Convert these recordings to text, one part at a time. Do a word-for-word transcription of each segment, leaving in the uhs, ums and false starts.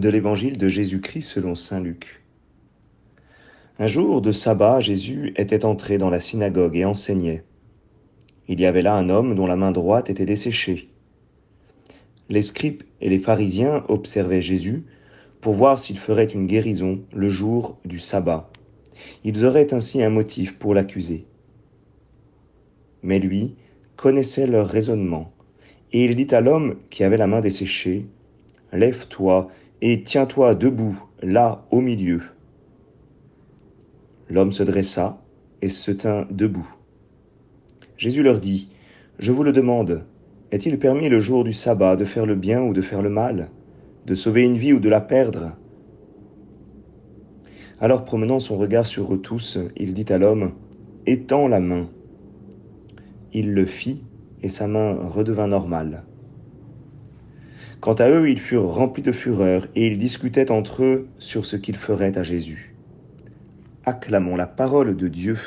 de l'évangile de Jésus-Christ selon saint Luc. Un jour de sabbat, Jésus était entré dans la synagogue et enseignait. Il y avait là un homme dont la main droite était desséchée. Les scribes et les pharisiens observaient Jésus pour voir s'il ferait une guérison le jour du sabbat. Ils auraient ainsi un motif pour l'accuser. Mais lui connaissait leur raisonnement, et il dit à l'homme qui avait la main desséchée, « Lève-toi et tiens-toi debout, là au milieu. » L'homme se dressa et se tint debout. Jésus leur dit, « Je vous le demande, est-il permis le jour du sabbat de faire le bien ou de faire le mal, de sauver une vie ou de la perdre ?» Alors promenant son regard sur eux tous, il dit à l'homme, « Étends la main. » Il le fit, et sa main redevint normale. Quant à eux, ils furent remplis de fureur, et ils discutaient entre eux sur ce qu'ils feraient à Jésus. Acclamons la parole de Dieu.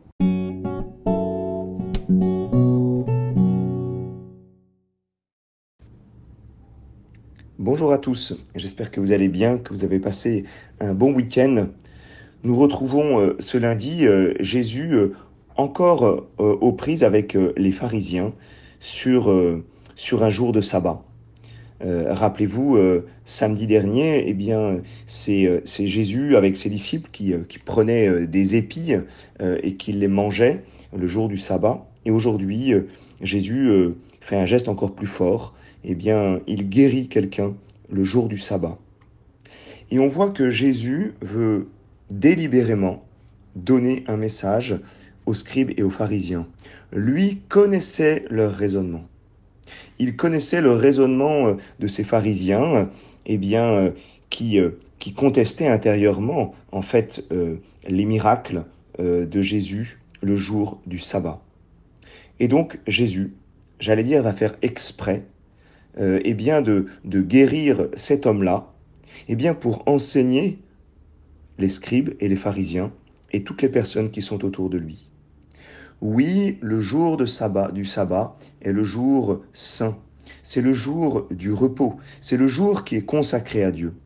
Bonjour à tous, j'espère que vous allez bien, que vous avez passé un bon week-end. Nous retrouvons euh, ce lundi euh, Jésus euh, encore euh, aux prises avec euh, les pharisiens sur, euh, sur un jour de sabbat. Euh, rappelez-vous, euh, samedi dernier, eh bien, c'est, euh, c'est Jésus avec ses disciples qui, euh, qui prenaient euh, des épis euh, et qui les mangeaient le jour du sabbat. Et aujourd'hui, euh, Jésus euh, fait un geste encore plus fort. Eh bien, il guérit quelqu'un le jour du sabbat. Et on voit que Jésus veut délibérément donner un message aux scribes et aux pharisiens. Lui connaissait leur raisonnement. Il connaissait le raisonnement de ces pharisiens, eh bien, qui, qui contestaient intérieurement, en fait, euh, les miracles euh, de Jésus le jour du sabbat. Et donc, Jésus, j'allais dire, va faire exprès, euh, eh bien, de, de guérir cet homme-là, eh bien, pour enseigner les scribes et les pharisiens et toutes les personnes qui sont autour de lui. Oui, le jour de sabbat, du sabbat est le jour saint. C'est le jour du repos. C'est le jour qui est consacré à Dieu.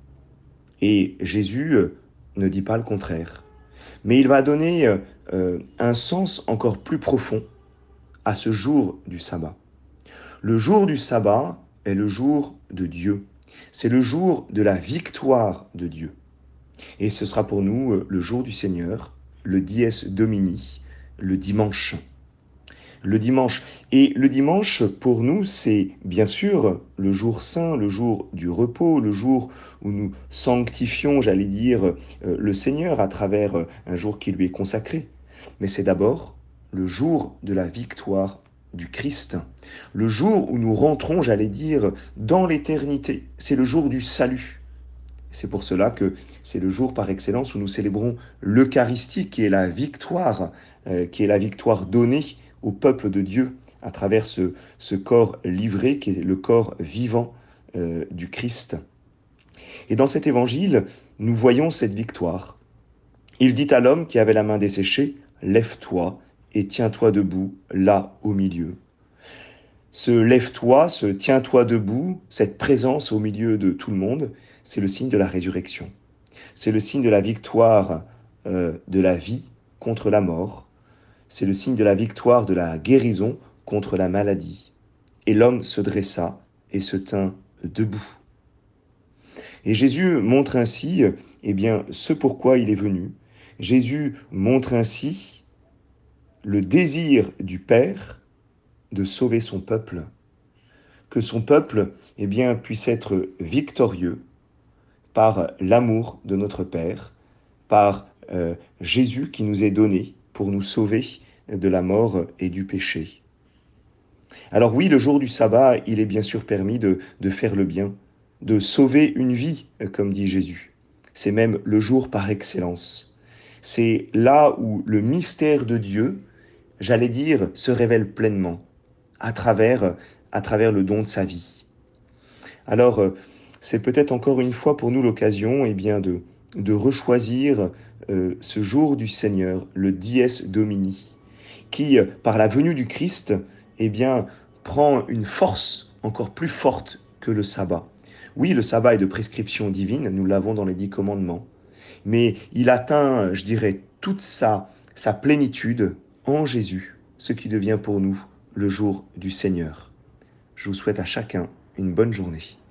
Et Jésus ne dit pas le contraire. Mais il va donner euh, un sens encore plus profond à ce jour du sabbat. Le jour du sabbat est le jour de Dieu. C'est le jour de la victoire de Dieu. Et ce sera pour nous le jour du Seigneur, le dies Domini, le dimanche. Le dimanche. Et le dimanche, pour nous, c'est bien sûr le jour saint, le jour du repos, le jour où nous sanctifions, j'allais dire, le Seigneur à travers un jour qui lui est consacré. Mais c'est d'abord le jour de la victoire du Christ, le jour où nous rentrons, j'allais dire, dans l'éternité. C'est le jour du salut. C'est pour cela que c'est le jour par excellence où nous célébrons l'Eucharistie, qui est la victoire, euh, qui est la victoire donnée au peuple de Dieu à travers ce, ce corps livré, qui est le corps vivant euh, du Christ. Et dans cet évangile, nous voyons cette victoire. Il dit à l'homme qui avait la main desséchée, « Lève-toi et tiens-toi debout, là au milieu. » Ce « lève-toi », ce « tiens-toi debout », cette présence au milieu de tout le monde, c'est le signe de la résurrection. C'est le signe de la victoire euh, de la vie contre la mort. C'est le signe de la victoire de la guérison contre la maladie. Et l'homme se dressa et se tint debout. Et Jésus montre ainsi, eh bien, ce pourquoi il est venu. Jésus montre ainsi le désir du Père de sauver son peuple, que son peuple, eh bien, puisse être victorieux par l'amour de notre Père, par euh, Jésus qui nous est donné pour nous sauver de la mort et du péché. Alors oui, le jour du sabbat, il est bien sûr permis de, de faire le bien, de sauver une vie, comme dit Jésus. C'est même le jour par excellence. C'est là où le mystère de Dieu, j'allais dire, se révèle pleinement, à travers, à travers le don de sa vie. Alors, c'est peut-être encore une fois pour nous l'occasion eh bien, de, de rechoisir euh, ce jour du Seigneur, le dies Domini, qui, par la venue du Christ, eh bien, prend une force encore plus forte que le sabbat. Oui, le sabbat est de prescription divine, nous l'avons dans les dix commandements, mais il atteint, je dirais, toute sa, sa plénitude en Jésus, ce qui devient pour nous le jour du Seigneur. Je vous souhaite à chacun une bonne journée.